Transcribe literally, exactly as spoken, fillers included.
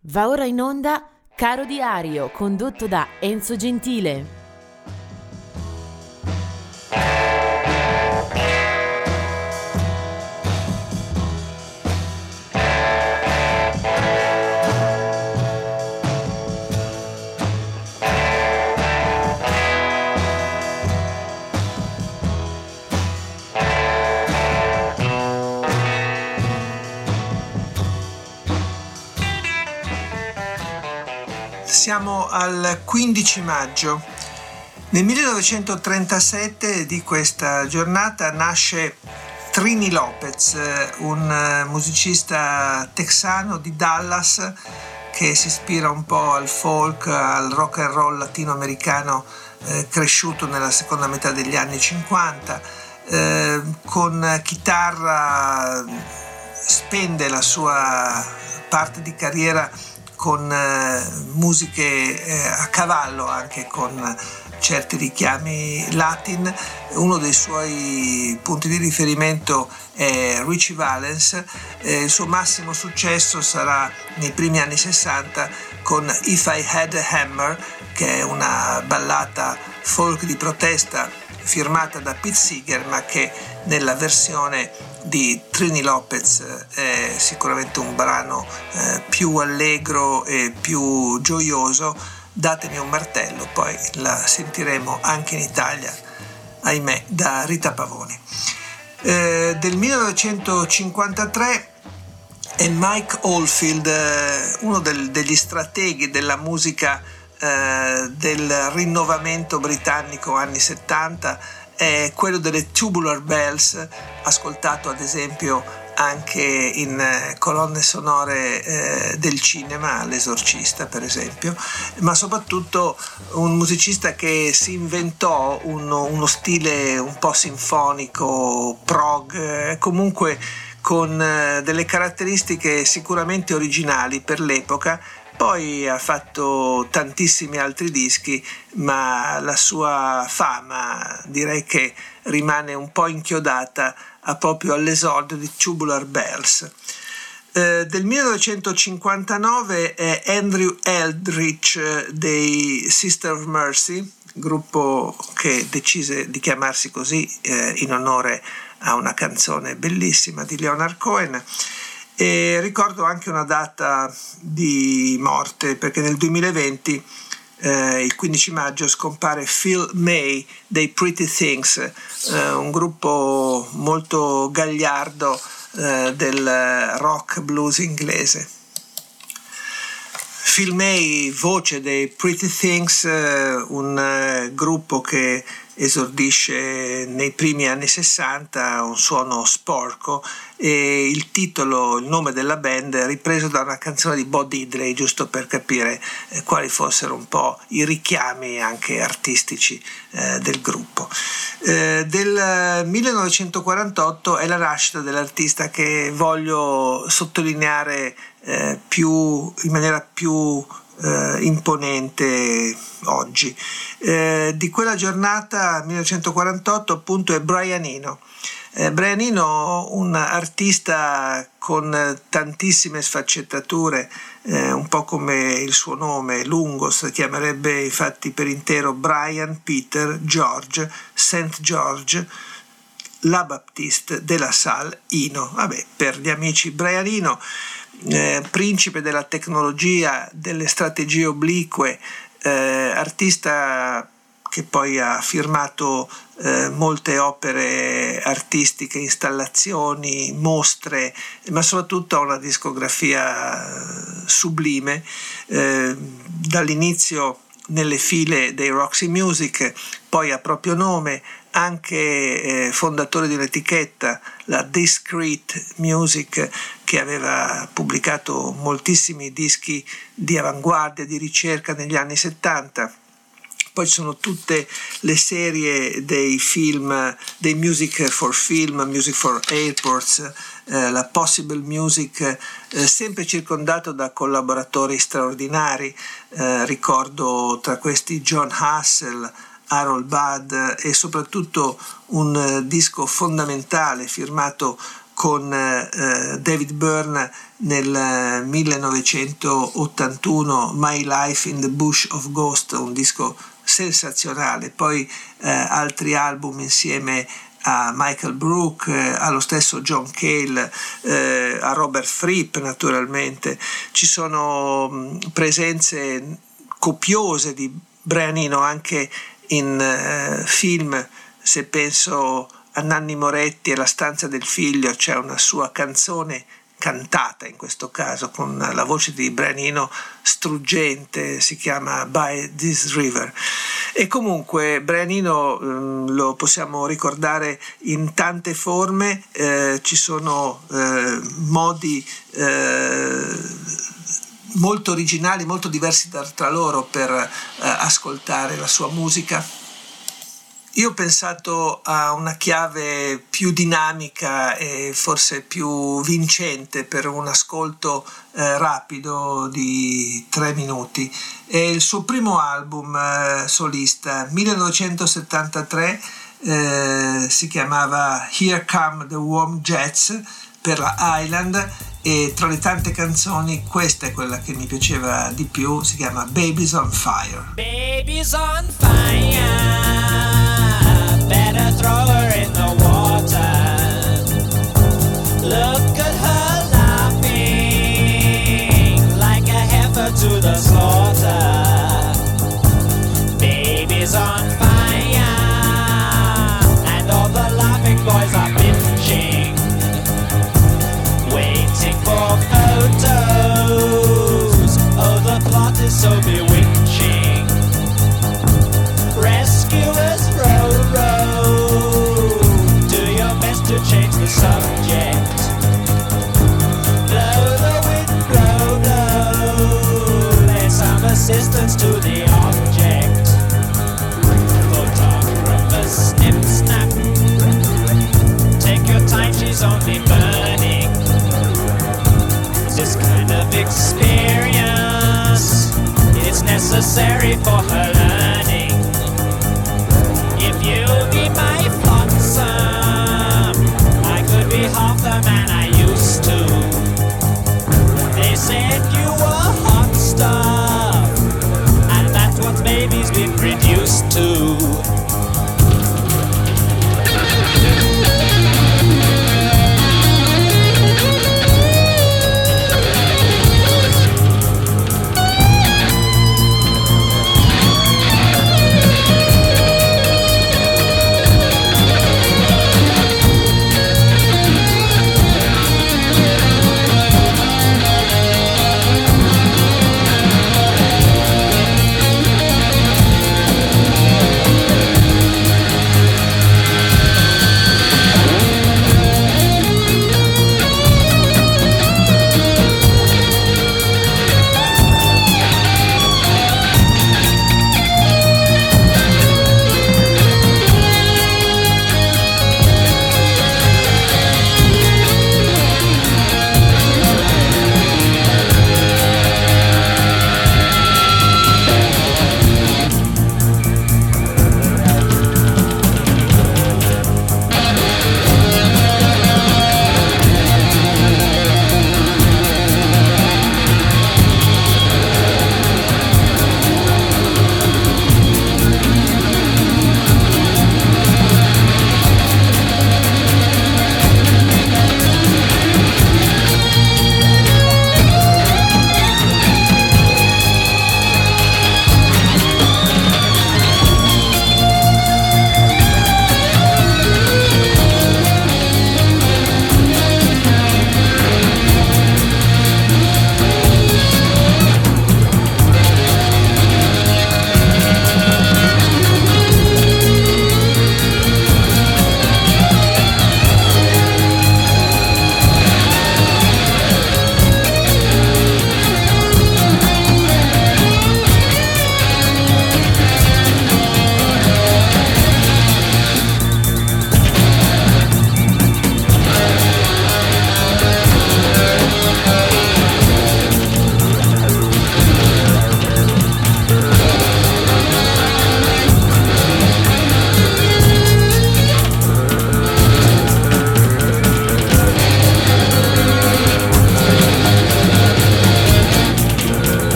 Va ora in onda Caro Diario, condotto da Enzo Gentile. Siamo al quindici maggio. Nel millenovecentotrentasette di questa giornata nasce Trini Lopez, un musicista texano di Dallas che si ispira un po' al folk, al rock and roll latinoamericano eh, cresciuto nella seconda metà degli anni cinquanta. Eh, con chitarra spende la sua parte di carriera con eh, musiche eh, a cavallo, anche con certi richiami latin. Uno dei suoi punti di riferimento è Richie Valens. Eh, il suo massimo successo sarà nei primi anni sessanta con If I Had a Hammer, che è una ballata folk di protesta firmata da Pete Seeger, ma che nella versione di Trini Lopez è sicuramente un brano eh, più allegro e più gioioso. Datemi un martello, poi la sentiremo anche in Italia, ahimè, da Rita Pavoni. Eh, del millenovecentocinquantatré è Mike Oldfield, eh, uno del, degli strateghi della musica eh, del rinnovamento britannico anni settanta, è quello delle Tubular Bells, ascoltato ad esempio anche in colonne sonore eh, del cinema, L'Esorcista per esempio, ma soprattutto un musicista che si inventò uno, uno stile un po' sinfonico, prog, eh, comunque con eh, delle caratteristiche sicuramente originali per l'epoca. Poi ha fatto tantissimi altri dischi, ma la sua fama direi che rimane un po' inchiodata a proprio all'esordio di Tubular Bells. Eh, del millenovecentocinquantanove è Andrew Eldritch dei Sister of Mercy, gruppo che decise di chiamarsi così eh, in onore a una canzone bellissima di Leonard Cohen. E ricordo anche una data di morte, perché nel duemilaventi, eh, il quindici maggio, scompare Phil May dei Pretty Things, eh, un gruppo molto gagliardo eh, del rock blues inglese. Phil May, voce dei Pretty Things, eh, un eh, gruppo che esordisce nei primi anni sessanta, un suono sporco, e il titolo, il nome della band è ripreso da una canzone di Bo Diddley, giusto per capire eh, quali fossero un po' i richiami anche artistici eh, del gruppo. Eh, del millenovecentoquarantotto è la nascita dell'artista che voglio sottolineare eh, più, in maniera più eh, imponente oggi. Eh, di quella giornata millenovecentoquarantotto appunto è Brian Eno. Eh, Brian Eno, un artista con tantissime sfaccettature, eh, un po' come il suo nome lungo, si chiamerebbe infatti per intero Brian Peter George Saint George La Baptiste de la Salle Eno. Vabbè, per gli amici, Brian Eno, eh, principe della tecnologia, delle strategie oblique, eh, artista che poi ha firmato eh, molte opere artistiche, installazioni, mostre, ma soprattutto ha una discografia sublime, eh, dall'inizio nelle file dei Roxy Music, poi a proprio nome, anche eh, fondatore di un'etichetta, la Discreet Music, che aveva pubblicato moltissimi dischi di avanguardia, di ricerca negli anni settanta. Poi ci sono tutte le serie dei film, dei Music for Film, Music for Airports, eh, la Possible Music, eh, sempre circondato da collaboratori straordinari. Eh, ricordo tra questi John Hassell, Harold Budd e soprattutto un eh, disco fondamentale firmato con eh, David Byrne nel millenovecentottantuno, My Life in the Bush of Ghost, un disco sensazionale, poi eh, altri album insieme a Michael Brook, eh, allo stesso John Cale, eh, a Robert Fripp naturalmente. Ci sono mh, presenze copiose di Brian Eno anche in eh, film. Se penso a Nanni Moretti e La stanza del figlio, c'è una sua canzone cantata in questo caso con la voce di Brian Eno struggente, si chiama By This River. E comunque Brian Eno ehm, lo possiamo ricordare in tante forme, eh, ci sono eh, modi eh, molto originali, molto diversi tra loro per eh, ascoltare la sua musica. Io ho pensato a una chiave più dinamica e forse più vincente per un ascolto eh, rapido di tre minuti. È il suo primo album eh, solista, millenovecentosettantatré, eh, si chiamava Here Come the Warm Jets per la Island, e tra le tante canzoni questa è quella che mi piaceva di più, si chiama Baby's on Fire. Baby's on fire. Better throw her in the water. Look at her laughing like a heifer to the slaughter. Baby's on fire, and all the laughing boys are bitching, waiting for photos. Oh, the plot is so bewitching. Rescuers row, row, do your best to change the subject. Blow the wind, blow, blow, lend some assistance to the object. Photographers snip, snap, take your time, she's only burning. This kind of experience, it's necessary for her life.